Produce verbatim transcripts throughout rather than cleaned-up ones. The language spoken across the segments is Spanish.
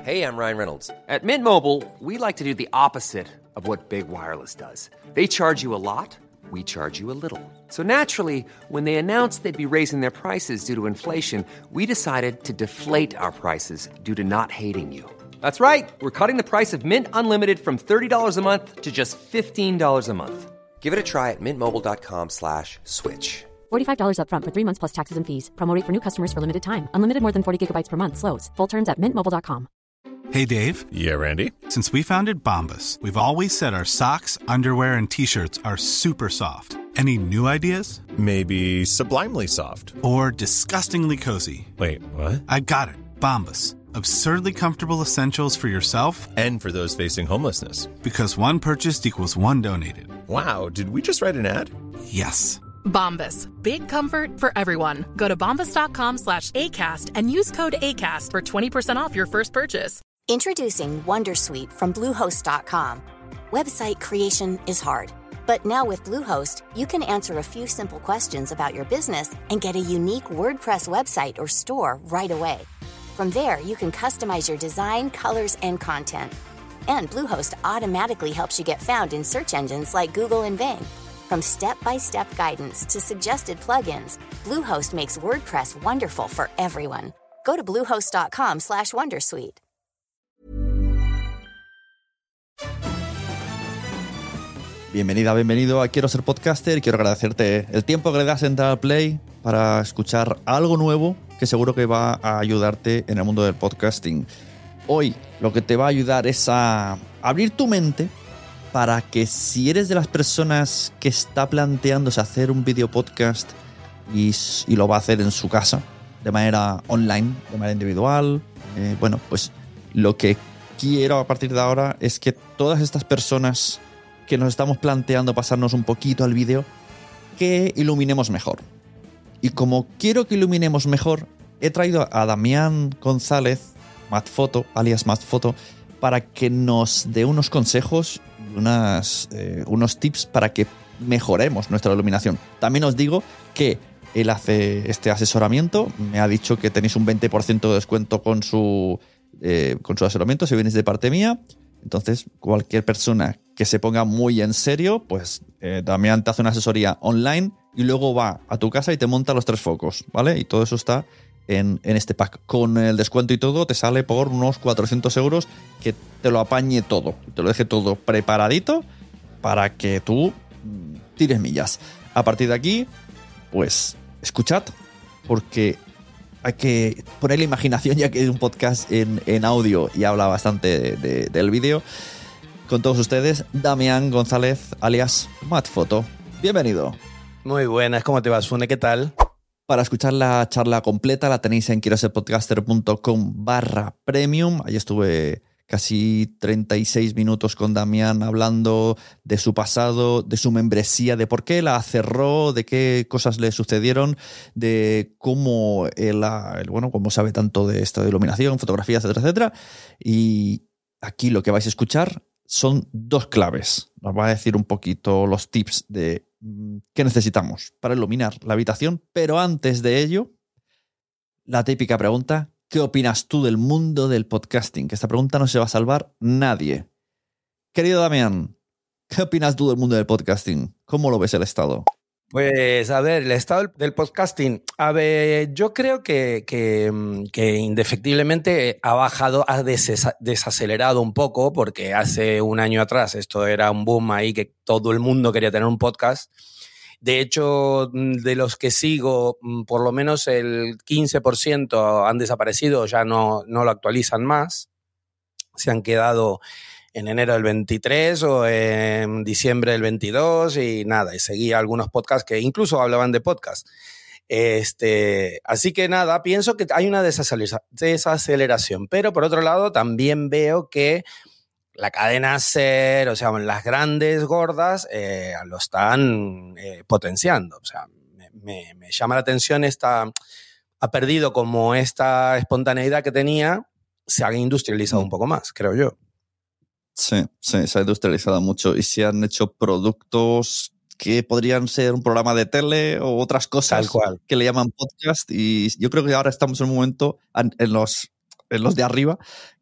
Hey, I'm Ryan Reynolds. At Mint Mobile, we like to do the opposite of what Big Wireless does. They charge you a lot, we charge you a little. So naturally, when they announced they'd be raising their prices due to inflation, we decided to deflate our prices due to not hating you. That's right. We're cutting the price of Mint Unlimited from thirty dollars a month to just fifteen dollars a month. Give it a try at mintmobile.com slash switch. forty-five dollars up front for three months plus taxes and fees. Promo rate for new customers for limited time. Unlimited more than forty gigabytes per month slows. Full terms at mint mobile dot com. Hey, Dave. Yeah, Randy. Since we founded Bombas, we've always said our socks, underwear, and T-shirts are super soft. Any new ideas? Maybe sublimely soft. Or disgustingly cozy. Wait, what? I got it. Bombas. Absurdly comfortable essentials for yourself and for those facing homelessness. Because one purchased equals one donated. Wow, did we just write an ad? Yes. Bombas. Big comfort for everyone. Go to bombas.com slash ACAST and use code ACAST for twenty percent off your first purchase. Introducing Wondersuite from Bluehost dot com. Website creation is hard, but now with Bluehost, you can answer a few simple questions about your business and get a unique WordPress website or store right away. From there, you can customize your design, colors, and content. And Bluehost automatically helps you get found in search engines like Google and Bing. From step-by-step guidance to suggested plugins, Bluehost makes WordPress wonderful for everyone. Go to bluehost.com slash wondersuite. Bienvenida, bienvenido a Quiero Ser Podcaster. Quiero agradecerte el tiempo que le das a entrar al Play para escuchar algo nuevo que seguro que va a ayudarte en el mundo del podcasting. Hoy lo que te va a ayudar es a abrir tu mente para que si eres de las personas que está planteándose hacer un video podcast y, y lo va a hacer en su casa de manera online, de manera individual, eh, bueno, pues lo que quiero a partir de ahora es que todas estas personas que nos estamos planteando pasarnos un poquito al vídeo, que iluminemos mejor. Y como quiero que iluminemos mejor, he traído a Damián González, Madfoto, alias Madfoto, para que nos dé unos consejos, unas, eh, unos tips para que mejoremos nuestra iluminación. También os digo que él hace este asesoramiento, me ha dicho que tenéis un veinte por ciento de descuento con su, eh, con su asesoramiento si vienes de parte mía. Entonces, cualquier persona que se ponga muy en serio, pues eh, Damián te hace una asesoría online y luego va a tu casa y te monta los tres focos, ¿vale? Y todo eso está en, en este pack. Con el descuento y todo te sale por unos cuatrocientos euros, que te lo apañe todo, te lo deje todo preparadito para que tú tires millas. A partir de aquí, pues escuchad, porque hay que poner la imaginación, ya que es un podcast en, en audio y habla bastante de, de, del vídeo. Con todos ustedes, Damián González, alias Madfoto. Bienvenido. Muy buenas, ¿cómo te va, Sune? ¿Qué tal? Para escuchar la charla completa la tenéis en quiero ser podcaster punto com barra premium. Ahí estuve casi treinta y seis minutos con Damián hablando de su pasado, de su membresía, de por qué la cerró, de qué cosas le sucedieron, de cómo él, él bueno, cómo sabe tanto de esto de iluminación, fotografía, etcétera, etcétera. Y aquí lo que vais a escuchar son dos claves. Nos va a decir un poquito los tips de qué necesitamos para iluminar la habitación, pero antes de ello, la típica pregunta: ¿qué opinas tú del mundo del podcasting? Que esta pregunta no se va a salvar nadie. Querido Damián, ¿qué opinas tú del mundo del podcasting? ¿Cómo lo ves el estado? Pues, a ver, el estado del podcasting. A ver, yo creo que, que, que indefectiblemente ha bajado, ha des- desacelerado un poco, porque hace un año atrás esto era un boom ahí, que todo el mundo quería tener un podcast. De hecho, de los que sigo, por lo menos el quince por ciento han desaparecido, ya no, no lo actualizan más. Se han quedado en enero del veintitrés o en diciembre del veintidós y nada, y seguía algunos podcasts que incluso hablaban de podcast. Este, así que nada, pienso que hay una desaceleración, pero por otro lado también veo que la cadena SER, o sea, las grandes gordas eh, lo están eh, potenciando. O sea, me, me, me llama la atención esta, ha perdido como esta espontaneidad que tenía, se ha industrializado un poco más, creo yo. Sí, sí, se ha industrializado mucho y se han hecho productos que podrían ser un programa de tele o otras cosas Tal cual. que le llaman podcast, y yo creo que ahora estamos en un momento en los, en los de arriba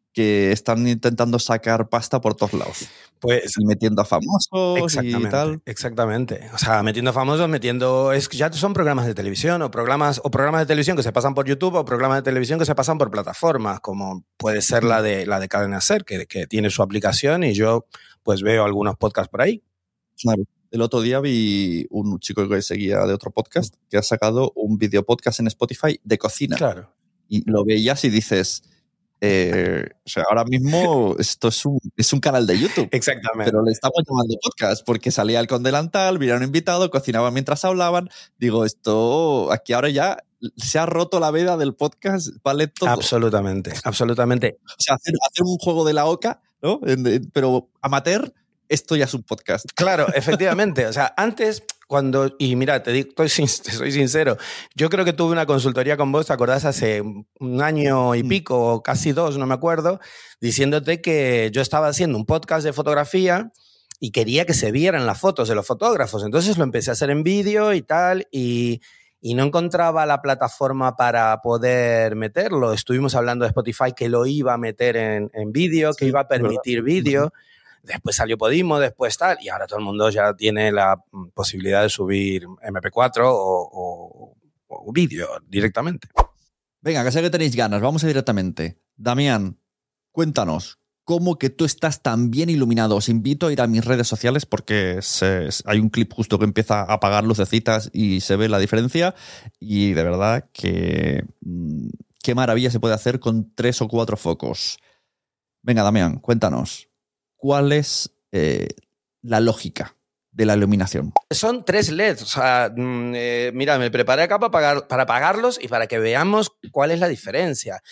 que están intentando sacar pasta por todos lados. Pues y metiendo a famosos exactamente, y tal. Exactamente. O sea, metiendo a famosos, metiendo... Es que ya son programas de televisión o programas, o programas de televisión que se pasan por YouTube o programas de televisión que se pasan por plataformas, como puede ser la de, la de Cadena Ser, que, que tiene su aplicación y yo pues veo algunos podcasts por ahí. Claro. El otro día vi un chico que seguía de otro podcast que ha sacado un video podcast en Spotify de cocina. Claro. Y lo veías y dices... Eh, o sea, ahora mismo esto es un, es un canal de YouTube. Exactamente. Pero le estamos llamando podcast porque salía el con delantal, vieron invitado, cocinaba mientras hablaban. Digo, esto aquí ahora ya se ha roto la veda del podcast, vale todo. Absolutamente, absolutamente. O sea, hacer, hacer un juego de la oca, ¿no? Pero amateur, esto ya es un podcast. Claro, efectivamente. O sea, antes... Cuando, y mira, te, digo, estoy, te soy sincero, yo creo que tuve una consultoría con vos, ¿te acordás? Hace un año y pico, o casi dos, no me acuerdo, diciéndote que yo estaba haciendo un podcast de fotografía y quería que se vieran las fotos de los fotógrafos. Entonces lo empecé a hacer en vídeo y tal, y, y no encontraba la plataforma para poder meterlo. Estuvimos hablando de Spotify que lo iba a meter en, en vídeo, que sí, iba a permitir vídeo. Después salió Podimo, después tal, y ahora todo el mundo ya tiene la posibilidad de subir eme pe cuatro o, o, o vídeo directamente. Venga, que sé que tenéis ganas, vamos a directamente. Damián, cuéntanos, ¿cómo que tú estás tan bien iluminado? Os invito a ir a mis redes sociales porque se, hay un clip justo que empieza a apagar lucecitas y se ve la diferencia, y de verdad que mmm, qué maravilla se puede hacer con tres o cuatro focos. Venga, Damián, cuéntanos. ¿Cuál es eh, la lógica de la iluminación? Son tres L E Ds. O sea, eh, mira, me preparé acá para, pagar, para apagarlos y para que veamos cuál es la diferencia.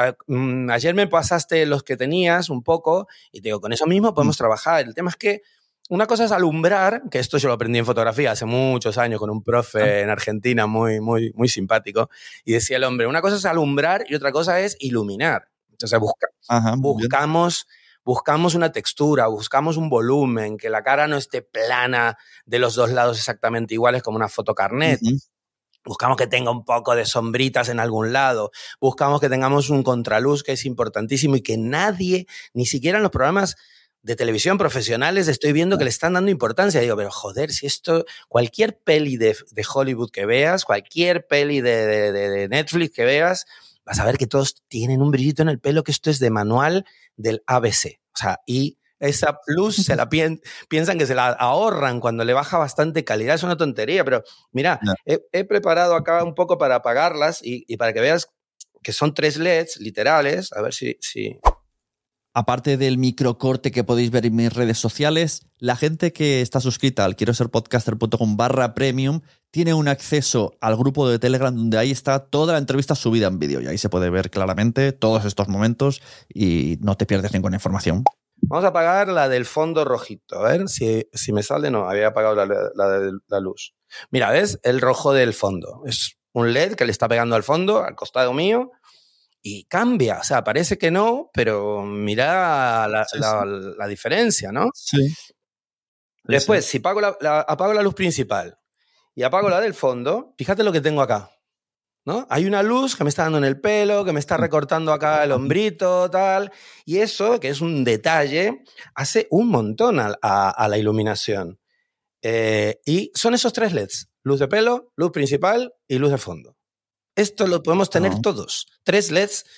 Ayer me pasaste los que tenías un poco y te digo, con eso mismo podemos mm. trabajar. El tema es que una cosa es alumbrar, que esto yo lo aprendí en fotografía hace muchos años con un profe ah. en Argentina muy, muy, muy simpático, y decía el hombre, una cosa es alumbrar y otra cosa es iluminar. Entonces busca, Ajá, buscamos... Bien. Buscamos una textura, buscamos un volumen, que la cara no esté plana de los dos lados exactamente iguales como una foto carnet. Uh-huh. Buscamos que tenga un poco de sombritas en algún lado. Buscamos que tengamos un contraluz, que es importantísimo, y que nadie, ni siquiera en los programas de televisión profesionales, estoy viendo que le están dando importancia. Digo, pero joder, si esto, cualquier peli de, de Hollywood que veas, cualquier peli de, de, de, de Netflix que veas, vas a ver que todos tienen un brillito en el pelo, que esto es de manual del A B C. O sea, y esa luz se la pi- piensan que se la ahorran cuando le baja bastante calidad. Es una tontería, pero mira, no. he, he preparado acá un poco para apagarlas y, y para que veas que son tres L E Ds literales. A ver si... si... Aparte del microcorte que podéis ver en mis redes sociales, la gente que está suscrita al quiero ser podcaster punto com barra premium tiene un acceso al grupo de Telegram donde ahí está toda la entrevista subida en vídeo y ahí se puede ver claramente todos estos momentos y no te pierdes ninguna información. Vamos a apagar la del fondo rojito. A ver si, si me sale. No, había apagado la, la de la luz. Mira, ¿ves? El rojo del fondo. Es un L E D que le está pegando al fondo, al costado mío. Y cambia, o sea, parece que no, pero mira la, sí, la, sí. la diferencia, ¿no? Sí. Después, sí. si apago la, la, apago la luz principal y apago la del fondo, fíjate lo que tengo acá, ¿no? Hay una luz que me está dando en el pelo, que me está recortando acá el hombrito, tal, y eso, que es un detalle, hace un montón a, a, a la iluminación. Eh, y son esos tres L E Ds, luz de pelo, luz principal y luz de fondo. Esto lo podemos tener uh-huh. todos. Tres L E Ds,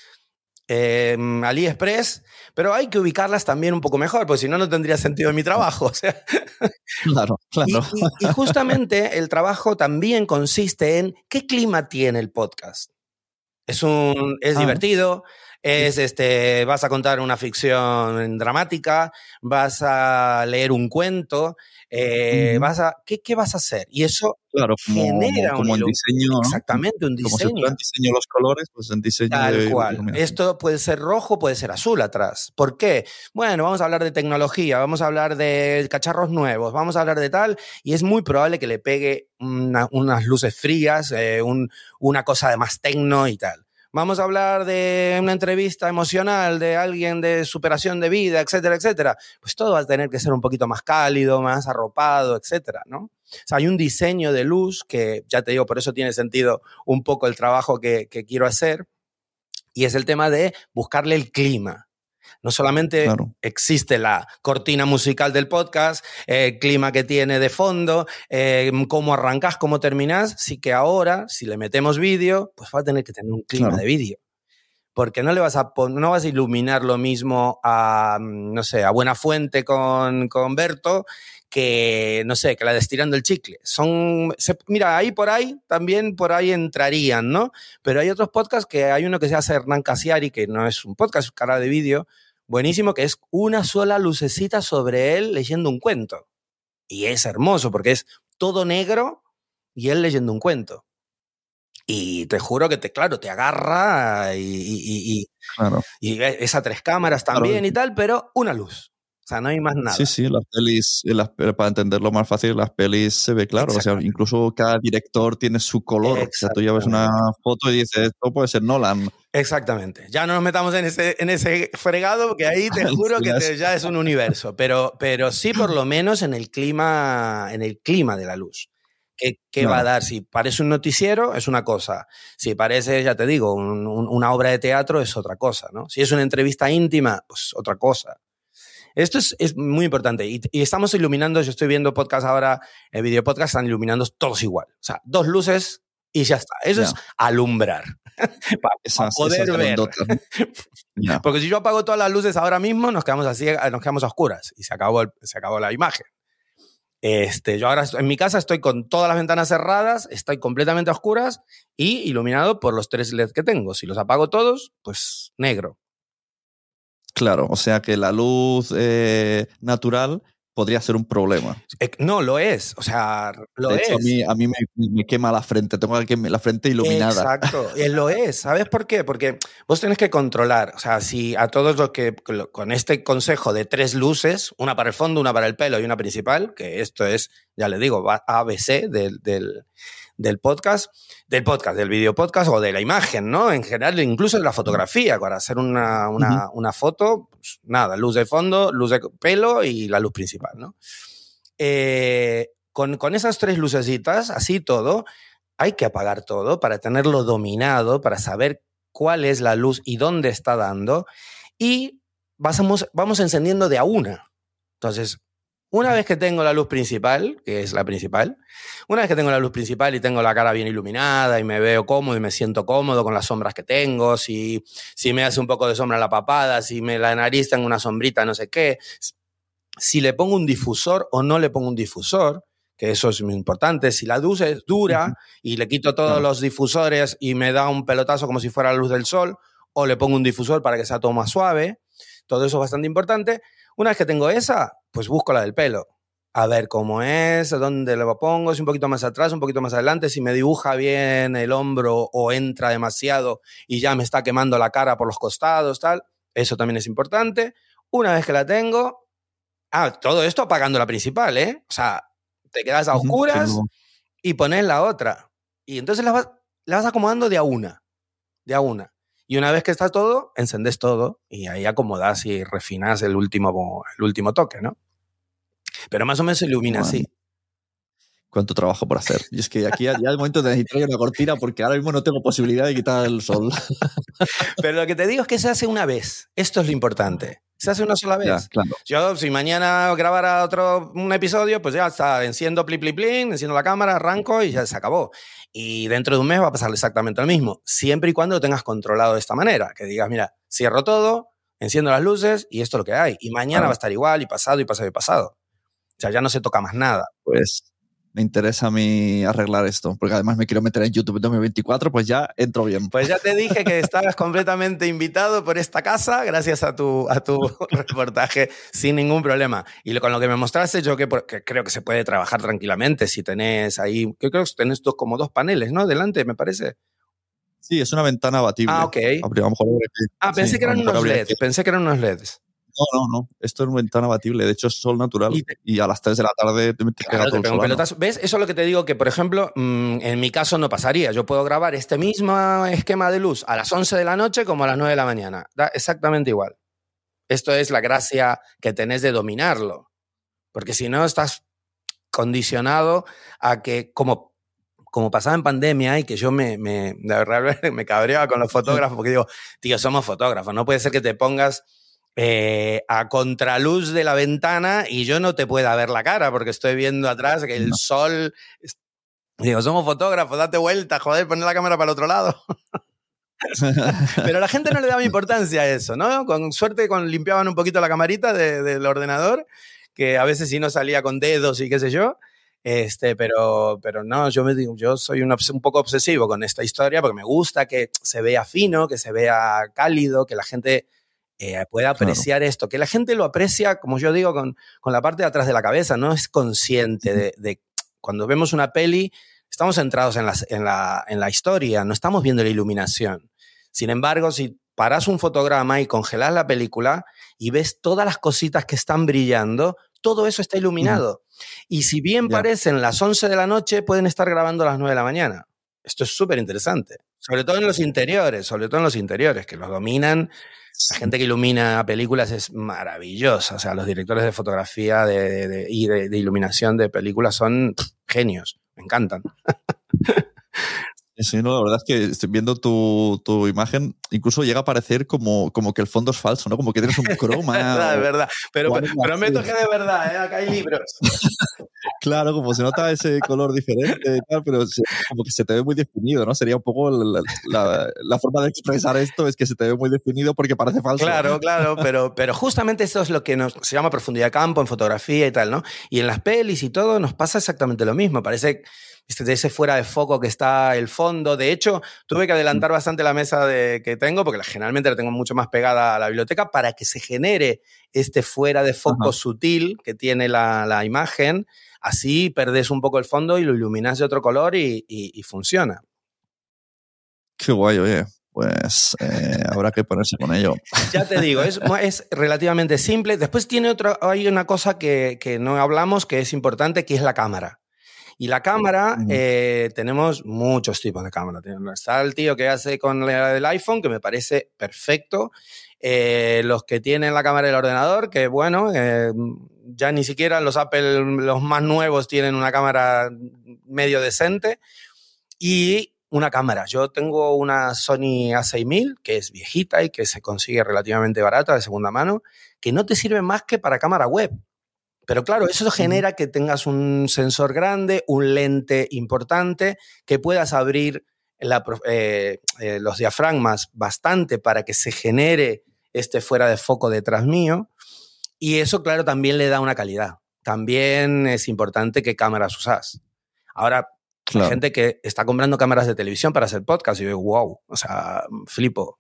eh, AliExpress, pero hay que ubicarlas también un poco mejor, porque si no, no tendría sentido en mi trabajo. O sea. Claro, claro. Y, y, y justamente el trabajo también consiste en qué clima tiene el podcast. Es, un, es ah. divertido, es, este, vas a contar una ficción dramática, vas a leer un cuento, eh, uh-huh. vas a, ¿qué, ¿qué vas a hacer? Y eso claro, como, genera como un el diseño, ¿no? Exactamente, un diseño. Como si fueran diseño los colores, pues el diseño Tal de cual. iluminación. Esto puede ser rojo, puede ser azul atrás. ¿Por qué? Bueno, vamos a hablar de tecnología, vamos a hablar de cacharros nuevos, vamos a hablar de tal, y es muy probable que le pegue una, unas luces frías, eh, un, una cosa de más tecno y tal. Vamos a hablar de una entrevista emocional de alguien de superación de vida, etcétera, etcétera. Pues todo va a tener que ser un poquito más cálido, más arropado, etcétera, ¿no? O sea, hay un diseño de luz que, ya te digo, por eso tiene sentido un poco el trabajo que, que quiero hacer, y es el tema de buscarle el clima. No solamente Claro. existe la cortina musical del podcast, el clima que tiene de fondo, eh, cómo arrancás, cómo terminás, sí que ahora, si le metemos vídeo, pues va a tener que tener un clima Claro. de vídeo. Porque no le vas a pon- no vas a iluminar lo mismo a, no sé, a Buenafuente con, con Berto que, no sé, que la de Estirando el Chicle. Son, se, mira, ahí por ahí, también por ahí entrarían, ¿no? Pero hay otros podcasts que hay uno que se hace Hernán Casiari, que no es un podcast, es un canal de vídeo, buenísimo, que es una sola lucecita sobre él leyendo un cuento. Y es hermoso porque es todo negro y él leyendo un cuento. Y te juro que te, claro, te agarra y, y, y, Claro. y es a tres cámaras también Claro. y tal, pero una luz. O sea, no hay más nada. Sí, sí, las pelis, en las- para entenderlo más fácil, las pelis se ve claro. O sea, Exactamente. incluso cada director tiene su color. O sea, tú ya ves una foto y dices, esto puede ser Nolan. Exactamente. Ya no nos metamos en ese, en ese fregado, porque ahí te juro Sí, que ya te- es- ya es un universo. Pero, pero sí, por lo menos en el clima, en el clima de la luz. ¿Qué, qué va a Claro. dar? Si parece un noticiero, es una cosa. Si parece, ya te digo, un- un- una obra de teatro, es otra cosa, ¿no? Si es una entrevista íntima, pues otra cosa. Esto es, es muy importante. Y, y estamos iluminando, yo estoy viendo podcast ahora, el video podcast, están iluminando todos igual. O sea, dos luces y ya está. Eso Ya. es alumbrar. Para Esas, poder esas ver. grandotas, ¿no? Ya. Porque si yo apago todas las luces ahora mismo, nos quedamos así, nos quedamos a oscuras y se acabó, el- se acabó la imagen. Este, yo ahora estoy- en mi casa estoy con todas las ventanas cerradas, estoy completamente a oscuras y iluminado por los tres L E D que tengo. Si los apago todos, pues negro. Claro, o sea que la luz eh, natural podría ser un problema. Eh, No, lo es. O sea, lo de es. hecho, a mí, a mí me, me quema la frente. Tengo aquí la frente iluminada. Exacto, eh, lo es. ¿Sabes por qué? Porque vos tenés que controlar. O sea, si a todos los que, con este consejo de tres luces, una para el fondo, una para el pelo y una principal, que esto es, ya le digo, A B C del, del, del podcast, del podcast, del video podcast o de la imagen, ¿no? En general, incluso de la fotografía, para hacer una, una, uh-huh. una foto, pues nada, luz de fondo, luz de pelo y la luz principal, ¿no? Eh, con, con esas tres lucecitas, así todo, hay que apagar todo para tenerlo dominado, para saber cuál es la luz y dónde está dando, y vamos, vamos encendiendo de a una. Entonces, una vez que tengo la luz principal, que es la principal, una vez que tengo la luz principal y tengo la cara bien iluminada y me veo cómodo y me siento cómodo con las sombras que tengo, si, si me hace un poco de sombra en la papada, si me la nariz tengo una sombrita, no sé qué, si le pongo un difusor o no le pongo un difusor, que eso es muy importante, si la luz es dura y le quito todos claro. los difusores y me da un pelotazo como si fuera la luz del sol, o le pongo un difusor para que sea todo más suave, todo eso es bastante importante. Una vez que tengo esa, pues busco la del pelo. A ver cómo es, dónde lo pongo, si un poquito más atrás, un poquito más adelante, si me dibuja bien el hombro o entra demasiado y ya me está quemando la cara por los costados, tal. Eso también es importante. Una vez que la tengo, ah, todo esto apagando la principal, ¿eh? O sea, te quedas a oscuras uh-huh, y pones la otra. Y entonces la vas, la vas acomodando de a una, de a una. Y una vez que está todo, encendés todo y ahí acomodás y refinás el último, el último toque, ¿no? Pero más o menos se ilumina bueno, así. Cuánto trabajo por hacer. Y es que aquí ya el momento de necesitar una cortina porque ahora mismo no tengo posibilidad de quitar el sol. Pero lo que te digo es que se hace una vez. Esto es lo importante. Se hace una sola vez. Ya, claro. Yo, si mañana grabara otro un episodio, pues ya está, enciendo pli, pli, plin, enciendo la cámara, arranco y ya se acabó. Y dentro de un mes va a pasar exactamente lo mismo, siempre y cuando lo tengas controlado de esta manera. Que digas, mira, cierro todo, enciendo las luces y esto es lo que hay. Y mañana claro. va a estar igual, y pasado, y pasado, y pasado. O sea, ya no se toca más nada. Pues me interesa a mí arreglar esto, porque además me quiero meter en YouTube dos mil veinticuatro, pues ya entro bien. Pues ya te dije que estabas completamente invitado por esta casa, gracias a tu, a tu reportaje, sin ningún problema. Y con lo que me mostraste, yo que, que creo que se puede trabajar tranquilamente, si tenés ahí, que creo que tenés dos, como dos paneles, ¿no? Delante, me parece. Sí, es una ventana abatible. Ah, ok. A lo mejor que, ah, pensé sí, que eran unos L E Ds, que... pensé que eran unos L E Ds. No, no, no. Esto es una ventana abatible. De hecho, es sol natural. Y, te... y a las tres de la tarde te, te claro, pega todo te el pelotazo. ¿Ves? Eso es lo que te digo que, por ejemplo, mmm, en mi caso no pasaría. Yo puedo grabar este mismo esquema de luz a las once de la noche como a las nueve de la mañana. Da exactamente igual. Esto es la gracia que tenés de dominarlo. Porque si no, estás condicionado a que, como, como pasaba en pandemia y que yo me, me, de verdad, me cabreaba con los fotógrafos porque digo, tío, somos fotógrafos. No puede ser que te pongas eh, a contraluz de la ventana y yo no te pueda ver la cara porque estoy viendo atrás que el No. sol... Digo, somos fotógrafos, date vuelta, joder, poner la cámara para el otro lado. Pero la gente no le daba importancia a eso, ¿no? Con suerte con, limpiaban un poquito la camarita de, del ordenador, que a veces sí no salía con dedos y qué sé yo. Este, pero, pero no, yo, me digo, yo soy un, un poco obsesivo con esta historia porque me gusta que se vea fino, que se vea cálido, que la gente eh, pueda apreciar claro. esto, que la gente lo aprecia, como yo digo, con, con la parte de atrás de la cabeza, no es consciente de, de cuando vemos una peli, estamos centrados en la, en, la, en la historia, no estamos viendo la iluminación. Sin embargo, si paras un fotograma y congelas la película y ves todas las cositas que están brillando, todo eso está iluminado. Mm. Y si bien yeah. parecen las once de la noche, pueden estar grabando a las nueve de la mañana. Esto es súper interesante. Sobre todo en los interiores, sobre todo en los interiores, que los dominan. La gente que ilumina películas es maravillosa. O sea, los directores de fotografía de, de, de, y de, de iluminación de películas son pff, genios. Me encantan. Sí, no, la verdad es que estoy viendo tu, tu imagen, incluso llega a parecer como, como que el fondo es falso, ¿no? Como que tienes un croma. Es verdad, o, es verdad. Pero prometo que de verdad, ¿eh? Acá hay libros. Claro, como se nota ese color diferente y tal, pero se, como que se te ve muy definido, ¿no? Sería un poco la, la, la forma de expresar esto, es que se te ve muy definido porque parece falso. Claro, claro, pero, pero justamente eso es lo que nos, se llama profundidad de campo en fotografía y tal, ¿no? Y en las pelis y todo nos pasa exactamente lo mismo. Parece de ese fuera de foco que está el fondo. De hecho, tuve que adelantar bastante la mesa de, que tengo, porque generalmente la tengo mucho más pegada a la biblioteca, para que se genere este fuera de foco Ajá. sutil que tiene la, la imagen. Así perdés un poco el fondo y lo iluminas de otro color y, y, y funciona. Qué guay, oye. Pues eh, habrá que ponerse con ello. Ya te digo, es, es relativamente simple. Después tiene otra, hay una cosa que, que no hablamos, que es importante, que es la cámara. Y la cámara, uh-huh. eh, tenemos muchos tipos de cámara. Está el tío que hace con la del iPhone, que me parece perfecto. Eh, los que tienen la cámara del ordenador, que bueno, eh, ya ni siquiera los Apple, los más nuevos, tienen una cámara medio decente. Y una cámara. Yo tengo una Sony A seis mil, que es viejita y que se consigue relativamente barata, de segunda mano, que no te sirve más que para cámara web. Pero claro, eso genera que tengas un sensor grande, un lente importante, que puedas abrir la, eh, eh, los diafragmas bastante para que se genere este fuera de foco detrás mío. Y eso, claro, también le da una calidad. También es importante qué cámaras usas. Ahora, claro. Hay gente que está comprando cámaras de televisión para hacer podcast y yo digo, wow, o sea, flipo.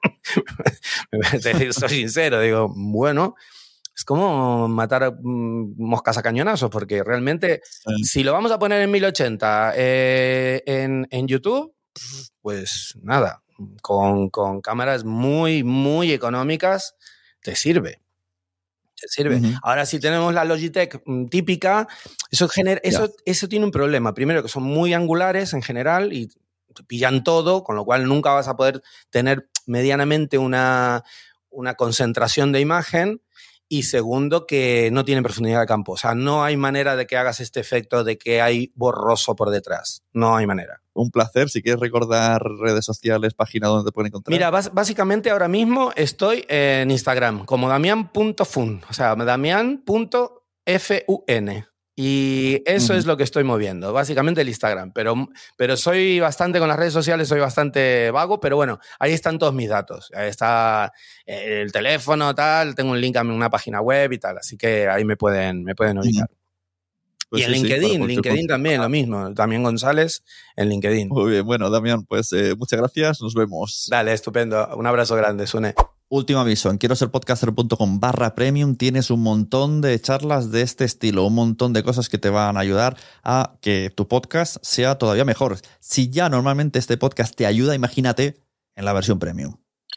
Soy sincero, digo, bueno... Es como matar moscas a cañonazos, porque realmente sí. Si lo vamos a poner en mil ochenta eh, en, en YouTube, pues nada, con, con cámaras muy, muy económicas te sirve. Te sirve. Uh-huh. Ahora, si tenemos la Logitech típica, eso, genera, eso, yeah. eso tiene un problema. Primero, que son muy angulares en general y pillan todo, con lo cual nunca vas a poder tener medianamente una, una concentración de imagen. Y segundo, que no tiene profundidad de campo. O sea, no hay manera de que hagas este efecto de que hay borroso por detrás. No hay manera. Un placer. Si quieres recordar redes sociales, página donde te pueden encontrar. Mira, básicamente ahora mismo estoy en Instagram como damian punto fun. O sea, damian punto fun. Y eso uh-huh. es lo que estoy moviendo, básicamente el Instagram. Pero, pero soy bastante con las redes sociales, soy bastante vago, pero bueno, ahí están todos mis datos. Ahí está el teléfono, tal, tengo un link a una página web y tal, así que ahí me pueden, me pueden ubicar. Uh-huh. Pues y en sí, LinkedIn, sí, LinkedIn también, lo mismo. Damián González en LinkedIn. Muy bien, bueno, Damián, pues eh, muchas gracias, nos vemos. Dale, estupendo. Un abrazo grande, Sune. Último aviso, en quiero ser podcaster punto com barra premium tienes un montón de charlas de este estilo, un montón de cosas que te van a ayudar a que tu podcast sea todavía mejor. Si ya normalmente este podcast te ayuda, imagínate en la versión premium.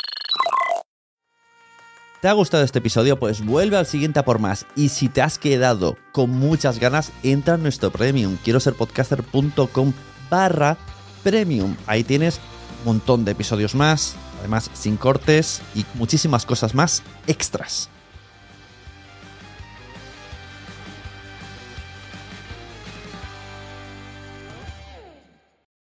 ¿Te ha gustado este episodio? Pues vuelve al siguiente a por más. Y si te has quedado con muchas ganas, entra en nuestro premium, quiero ser podcaster punto com barra premium. Ahí tienes un montón de episodios más, además sin cortes y muchísimas cosas más extras.